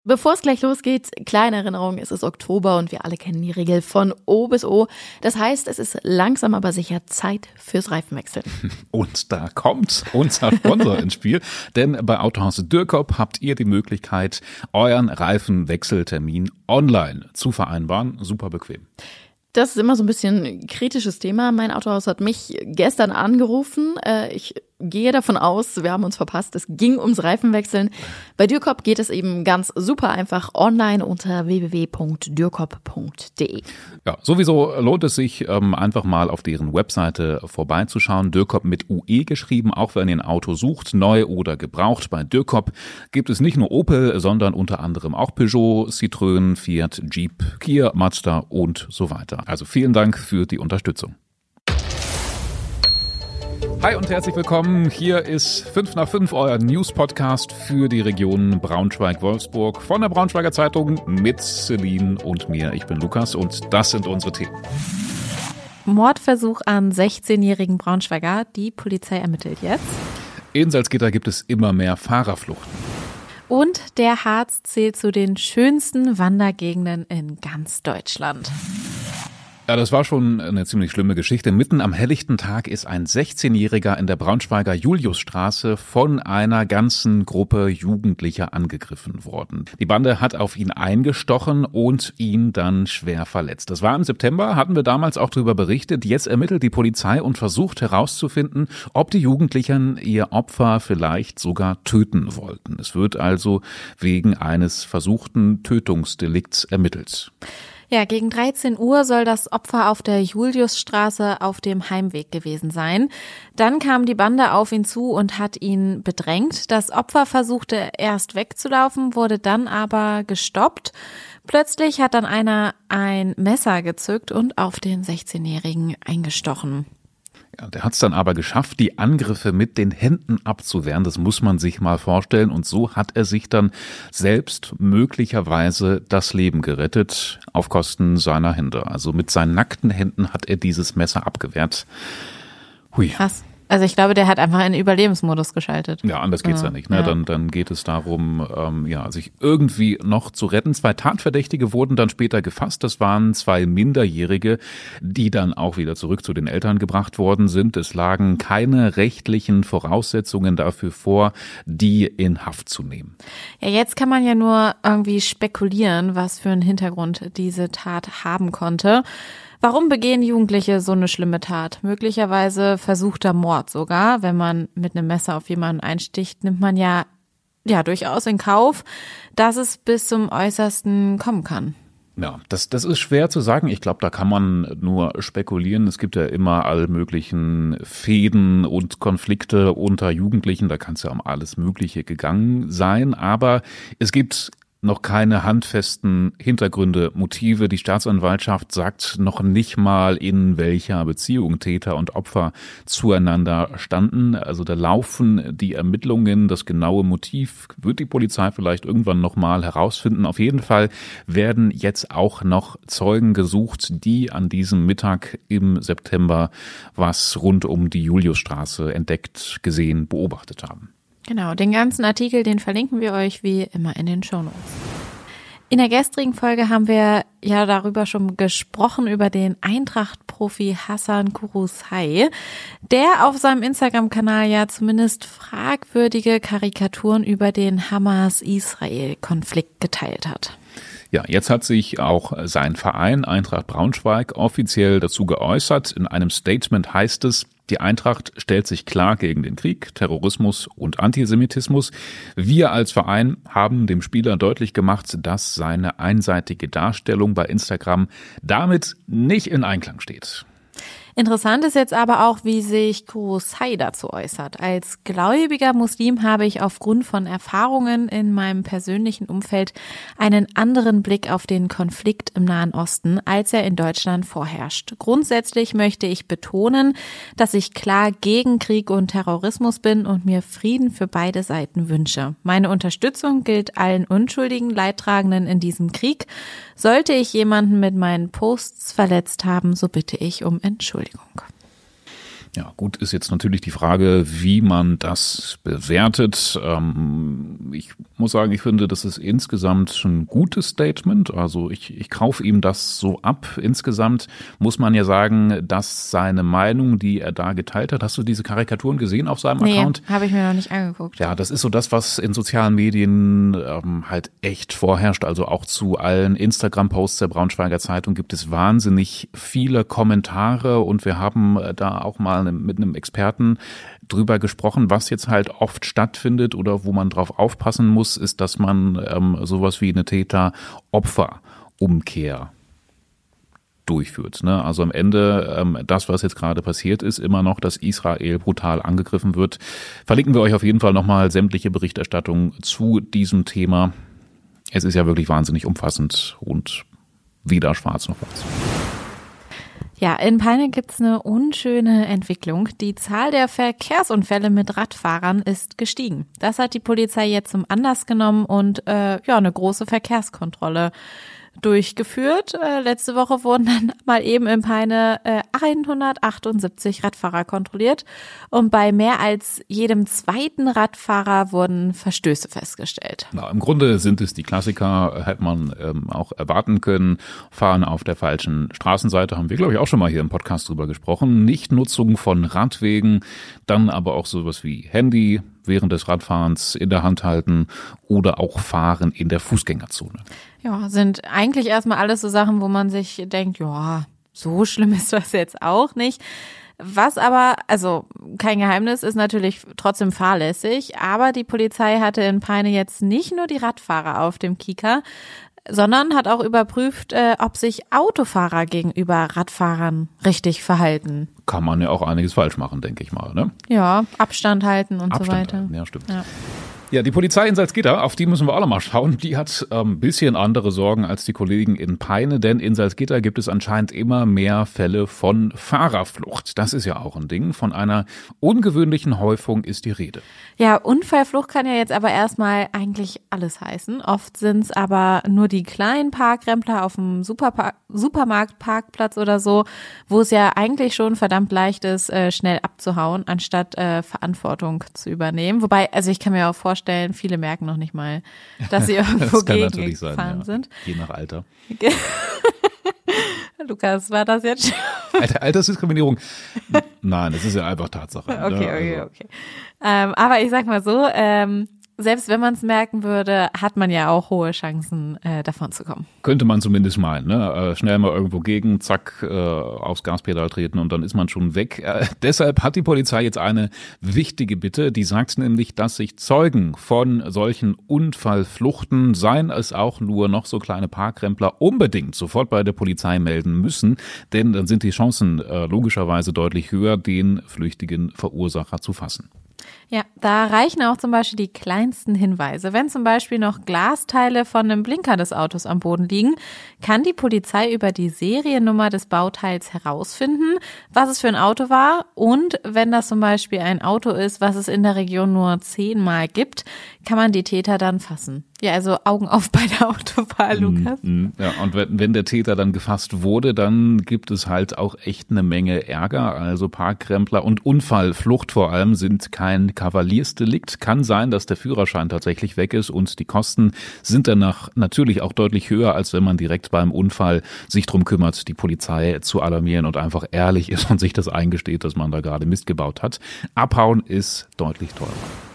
Bevor es gleich losgeht, kleine Erinnerung, es ist Oktober und wir alle kennen die Regel von O bis O. Das heißt, es ist langsam aber sicher Zeit fürs Reifenwechseln. Und da kommt unser Sponsor ins Spiel, denn bei Autohaus Dürkop habt ihr die Möglichkeit, euren Reifenwechseltermin online zu vereinbaren. Super bequem. Das ist immer so ein bisschen ein kritisches Thema. Mein Autohaus hat mich gestern angerufen. Ich gehe davon aus, wir haben uns verpasst. Es ging ums Reifenwechseln. Bei Dürkop geht es eben ganz super einfach online unter www.dürkop.de. Ja, sowieso lohnt es sich, einfach mal auf deren Webseite vorbeizuschauen. Dürkop mit UE geschrieben, auch wenn ihr ein Auto sucht, neu oder gebraucht. Bei Dürkop gibt es nicht nur Opel, sondern unter anderem auch Peugeot, Citroën, Fiat, Jeep, Kia, Mazda und so weiter. Also vielen Dank für die Unterstützung. Hi und herzlich willkommen. Hier ist 5 nach 5, euer News-Podcast für die Region Braunschweig-Wolfsburg von der Braunschweiger Zeitung mit Celine und mir. Ich bin Lukas und das sind unsere Themen. Mordversuch an 16-jährigen Braunschweiger. Die Polizei ermittelt jetzt. In Salzgitter gibt es immer mehr Fahrerfluchten. Und der Harz zählt zu den schönsten Wandergegenden in ganz Deutschland. Ja, das war schon eine ziemlich schlimme Geschichte. Mitten am helllichten Tag ist ein 16-Jähriger in der Braunschweiger Juliusstraße von einer ganzen Gruppe Jugendlicher angegriffen worden. Die Bande hat auf ihn eingestochen und ihn dann schwer verletzt. Das war im September, hatten wir damals auch darüber berichtet. Jetzt ermittelt die Polizei und versucht herauszufinden, ob die Jugendlichen ihr Opfer vielleicht sogar töten wollten. Es wird also wegen eines versuchten Tötungsdelikts ermittelt. Ja, gegen 13 Uhr soll das Opfer auf der Juliusstraße auf dem Heimweg gewesen sein. Dann kam die Bande auf ihn zu und hat ihn bedrängt. Das Opfer versuchte erst wegzulaufen, wurde dann aber gestoppt. Plötzlich hat dann einer ein Messer gezückt und auf den 16-Jährigen eingestochen. Ja, der hat es dann aber geschafft, die Angriffe mit den Händen abzuwehren. Das muss man sich mal vorstellen. Und so hat er sich dann selbst möglicherweise das Leben gerettet auf Kosten seiner Hände. Also mit seinen nackten Händen hat er dieses Messer abgewehrt. Hui. Krass. Also ich glaube, der hat einfach in Überlebensmodus geschaltet. Ja, anders geht's ja nicht. Ne? Ja. Dann geht es darum, sich irgendwie noch zu retten. 2 Tatverdächtige wurden dann später gefasst. Das waren 2 Minderjährige, die dann auch wieder zurück zu den Eltern gebracht worden sind. Es lagen keine rechtlichen Voraussetzungen dafür vor, die in Haft zu nehmen. Ja, jetzt kann man ja nur irgendwie spekulieren, was für einen Hintergrund diese Tat haben konnte. Warum begehen Jugendliche so eine schlimme Tat? Möglicherweise versuchter Mord sogar. Wenn man mit einem Messer auf jemanden einsticht, nimmt man ja durchaus in Kauf, dass es bis zum Äußersten kommen kann. Ja, das ist schwer zu sagen. Ich glaube, da kann man nur spekulieren. Es gibt ja immer all möglichen Fäden und Konflikte unter Jugendlichen. Da kann es ja um alles Mögliche gegangen sein. Aber es gibt noch keine handfesten Hintergründe, Motive. Die Staatsanwaltschaft sagt noch nicht mal, in welcher Beziehung Täter und Opfer zueinander standen. Also da laufen die Ermittlungen. Das genaue Motiv wird die Polizei vielleicht irgendwann noch mal herausfinden. Auf jeden Fall werden jetzt auch noch Zeugen gesucht, die an diesem Mittag im September was rund um die Juliusstraße entdeckt, gesehen, beobachtet haben. Genau, den ganzen Artikel, den verlinken wir euch wie immer in den Shownotes. In der gestrigen Folge haben wir ja darüber schon gesprochen, über den Eintracht-Profi Hassan Kurusay, der auf seinem Instagram-Kanal ja zumindest fragwürdige Karikaturen über den Hamas-Israel-Konflikt geteilt hat. Ja, jetzt hat sich auch sein Verein Eintracht Braunschweig offiziell dazu geäußert. In einem Statement heißt es: Die Eintracht stellt sich klar gegen den Krieg, Terrorismus und Antisemitismus. Wir als Verein haben dem Spieler deutlich gemacht, dass seine einseitige Darstellung bei Instagram damit nicht in Einklang steht. Interessant ist jetzt aber auch, wie sich Kurusay dazu äußert. Als gläubiger Muslim habe ich aufgrund von Erfahrungen in meinem persönlichen Umfeld einen anderen Blick auf den Konflikt im Nahen Osten, als er in Deutschland vorherrscht. Grundsätzlich möchte ich betonen, dass ich klar gegen Krieg und Terrorismus bin und mir Frieden für beide Seiten wünsche. Meine Unterstützung gilt allen unschuldigen Leidtragenden in diesem Krieg. Sollte ich jemanden mit meinen Posts verletzt haben, so bitte ich um Entschuldigung. Ja, gut, ist jetzt natürlich die Frage, wie man das bewertet. Ich muss sagen, ich finde, das ist insgesamt ein gutes Statement. Also ich kaufe ihm das so ab. Insgesamt muss man ja sagen, dass seine Meinung, die er da geteilt hat, hast du diese Karikaturen gesehen auf seinem Account? Nee, habe ich mir noch nicht angeguckt. Ja, das ist so das, was in sozialen Medien halt echt vorherrscht. Also auch zu allen Instagram-Posts der Braunschweiger Zeitung gibt es wahnsinnig viele Kommentare und wir haben da auch mal mit einem Experten drüber gesprochen, was jetzt halt oft stattfindet oder wo man drauf aufpassen muss, ist, dass man sowas wie eine Täter-Opfer-Umkehr durchführt. Ne? Also am Ende, das, was jetzt gerade passiert ist, immer noch, dass Israel brutal angegriffen wird. Verlinken wir euch auf jeden Fall nochmal sämtliche Berichterstattung zu diesem Thema. Es ist ja wirklich wahnsinnig umfassend und weder schwarz noch weiß. Ja, in Peine gibt's eine unschöne Entwicklung. Die Zahl der Verkehrsunfälle mit Radfahrern ist gestiegen. Das hat die Polizei jetzt zum Anlass genommen und eine große Verkehrskontrolle durchgeführt. Letzte Woche wurden dann mal eben in Peine 178 Radfahrer kontrolliert und bei mehr als jedem zweiten Radfahrer wurden Verstöße festgestellt. Na, im Grunde sind es die Klassiker, hätte man auch erwarten können. Fahren auf der falschen Straßenseite, haben wir, glaube ich, auch schon mal hier im Podcast drüber gesprochen. Nichtnutzung von Radwegen, dann aber auch sowas wie Handy während des Radfahrens in der Hand halten oder auch Fahren in der Fußgängerzone. Ja, sind eigentlich erstmal alles so Sachen, wo man sich denkt, ja, so schlimm ist das jetzt auch nicht. Was aber, also kein Geheimnis, ist natürlich trotzdem fahrlässig, aber die Polizei hatte in Peine jetzt nicht nur die Radfahrer auf dem Kieker, sondern hat auch überprüft, ob sich Autofahrer gegenüber Radfahrern richtig verhalten. Kann man ja auch einiges falsch machen, denke ich mal, ne? Ja, Abstand halten und Abstand so weiter. Halten, ja, stimmt. Ja. Ja, die Polizei in Salzgitter, auf die müssen wir auch noch mal schauen. Die hat ein bisschen andere Sorgen als die Kollegen in Peine, denn in Salzgitter gibt es anscheinend immer mehr Fälle von Fahrerflucht. Das ist ja auch ein Ding. Von einer ungewöhnlichen Häufung ist die Rede. Ja, Unfallflucht kann ja jetzt aber erstmal eigentlich alles heißen. Oft sind es aber nur die kleinen Parkrempler auf dem Supermarktparkplatz oder so, wo es ja eigentlich schon verdammt leicht ist, schnell abzuhauen, anstatt Verantwortung zu übernehmen. Wobei, also ich kann mir auch vorstellen, viele merken noch nicht mal, dass sie irgendwo gegengefahren sind. Je nach Alter. Lukas, war das jetzt schon? Altersdiskriminierung? Nein, das ist ja einfach Tatsache. Okay. Aber ich sag mal so, selbst wenn man es merken würde, hat man ja auch hohe Chancen, davon zu kommen. Könnte man zumindest meinen, ne? Schnell mal irgendwo gegen, zack, aufs Gaspedal treten und dann ist man schon weg. Deshalb hat die Polizei jetzt eine wichtige Bitte, die sagt nämlich, dass sich Zeugen von solchen Unfallfluchten, seien es auch nur noch so kleine Parkrempler, unbedingt sofort bei der Polizei melden müssen, denn dann sind die Chancen logischerweise deutlich höher, den flüchtigen Verursacher zu fassen. Ja, da reichen auch zum Beispiel die kleinsten Hinweise. Wenn zum Beispiel noch Glasteile von einem Blinker des Autos am Boden liegen, kann die Polizei über die Seriennummer des Bauteils herausfinden, was es für ein Auto war. Und wenn das zum Beispiel ein Auto ist, was es in der Region nur 10-mal gibt, kann man die Täter dann fassen. Ja, also Augen auf bei der Autofahrt, Lukas. Ja, und wenn der Täter dann gefasst wurde, dann gibt es halt auch echt eine Menge Ärger. Also Parkrempler und Unfallflucht vor allem sind kein Kavaliersdelikt. Kann sein, dass der Führerschein tatsächlich weg ist und die Kosten sind danach natürlich auch deutlich höher, als wenn man direkt beim Unfall sich drum kümmert, die Polizei zu alarmieren und einfach ehrlich ist und sich das eingesteht, dass man da gerade Mist gebaut hat. Abhauen ist deutlich teurer.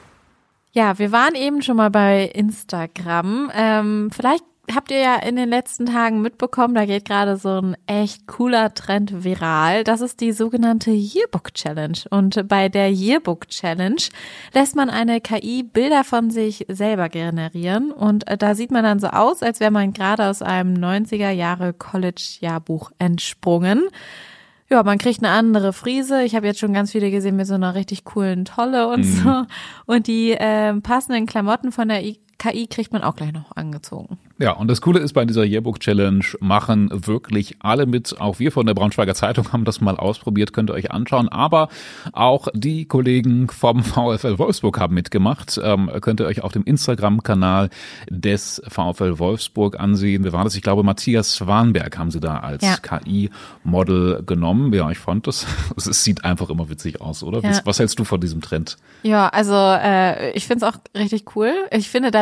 Ja, wir waren eben schon mal bei Instagram. Vielleicht habt ihr ja in den letzten Tagen mitbekommen, da geht gerade so ein echt cooler Trend viral. Das ist die sogenannte Yearbook Challenge. Und bei der Yearbook Challenge lässt man eine KI Bilder von sich selber generieren. Und da sieht man dann so aus, als wäre man gerade aus einem 90er Jahre College-Jahrbuch entsprungen. Ja, man kriegt eine andere Frise. Ich habe jetzt schon ganz viele gesehen mit so einer richtig coolen Tolle und so. Und die passenden Klamotten von der KI kriegt man auch gleich noch angezogen. Ja, und das Coole ist, bei dieser Yearbook Challenge machen wirklich alle mit. Auch wir von der Braunschweiger Zeitung haben das mal ausprobiert, könnt ihr euch anschauen. Aber auch die Kollegen vom VfL Wolfsburg haben mitgemacht. Könnt ihr euch auf dem Instagram-Kanal des VfL Wolfsburg ansehen. Wer war das? Ich glaube, Matthias Swanberg haben sie da als KI-Model genommen. Ja, ich fand das, es sieht einfach immer witzig aus, oder? Ja. Was hältst du von diesem Trend? Ja, also ich finde es auch richtig cool. Ich finde, da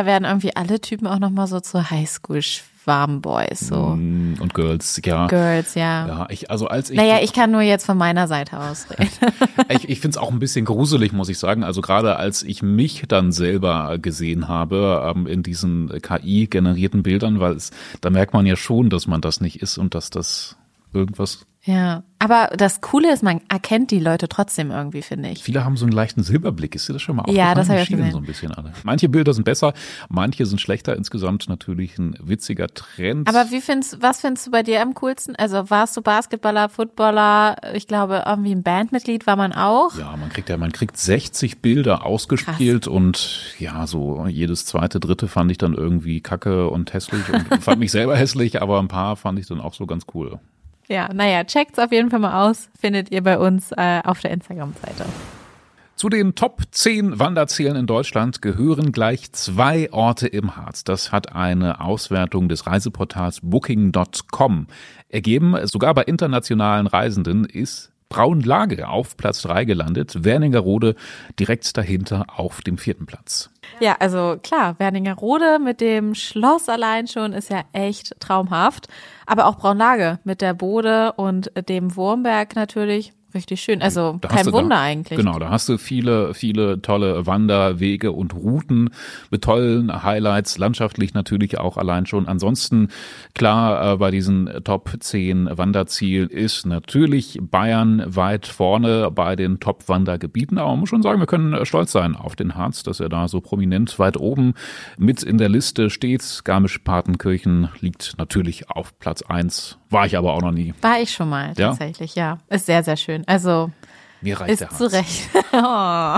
werden irgendwie alle Typen auch nochmal so zu Highschool-Schwarmboys, so. Und Girls, ja. Girls, ja. Ja, ich kann nur jetzt von meiner Seite aus reden. Ich finde es auch ein bisschen gruselig, muss ich sagen. Also gerade als ich mich dann selber gesehen habe in diesen KI-generierten Bildern, weil da merkt man ja schon, dass man das nicht ist und dass das irgendwas. Ja, aber das Coole ist, man erkennt die Leute trotzdem irgendwie, finde ich. Viele haben so einen leichten Silberblick. Ist dir das schon mal aufgefallen? Ja, das habe ich gesehen. So ein bisschen alle. Manche Bilder sind besser, manche sind schlechter. Insgesamt natürlich ein witziger Trend. Aber was findest du bei dir am coolsten? Also warst du Basketballer, Footballer? Ich glaube, irgendwie ein Bandmitglied war man auch. Ja, man kriegt 60 Bilder ausgespielt. Krass. Und ja, so jedes zweite, dritte fand ich dann irgendwie kacke und hässlich und fand mich selber hässlich, aber ein paar fand ich dann auch so ganz cool. Ja, naja, checkt's auf jeden Fall mal aus. Findet ihr bei uns auf der Instagram-Seite. Zu den Top 10 Wanderzielen in Deutschland gehören gleich 2 Orte im Harz. Das hat eine Auswertung des Reiseportals Booking.com ergeben. Sogar bei internationalen Reisenden ist Braunlage auf Platz 3 gelandet, Wernigerode direkt dahinter auf dem 4. Platz. Ja, also klar, Wernigerode mit dem Schloss allein schon ist ja echt traumhaft, aber auch Braunlage mit der Bode und dem Wurmberg natürlich. Richtig schön, also kein Wunder eigentlich. Genau, da hast du viele, viele tolle Wanderwege und Routen mit tollen Highlights, landschaftlich natürlich auch allein schon. Ansonsten, klar, bei diesen Top 10 Wanderzielen ist natürlich Bayern weit vorne bei den Top-Wandergebieten. Aber man muss schon sagen, wir können stolz sein auf den Harz, dass er da so prominent weit oben mit in der Liste steht. Garmisch-Partenkirchen liegt natürlich auf Platz 1, war ich aber auch noch nie. War ich schon mal, tatsächlich, ja. Ist sehr, sehr schön. Also mir reicht ist der Harz. Zu Recht. Oh.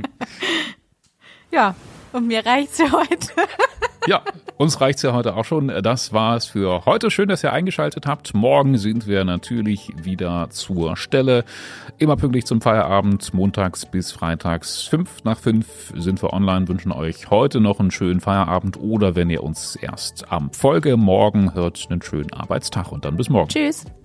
Ja, und mir reicht's ja heute. Ja, uns reicht's ja heute auch schon. Das war's für heute. Schön, dass ihr eingeschaltet habt. Morgen sind wir natürlich wieder zur Stelle. Immer pünktlich zum Feierabend, montags bis freitags 5:05 sind wir online. Wünschen euch heute noch einen schönen Feierabend oder wenn ihr uns erst am Folgemorgen hört, einen schönen Arbeitstag und dann bis morgen. Tschüss.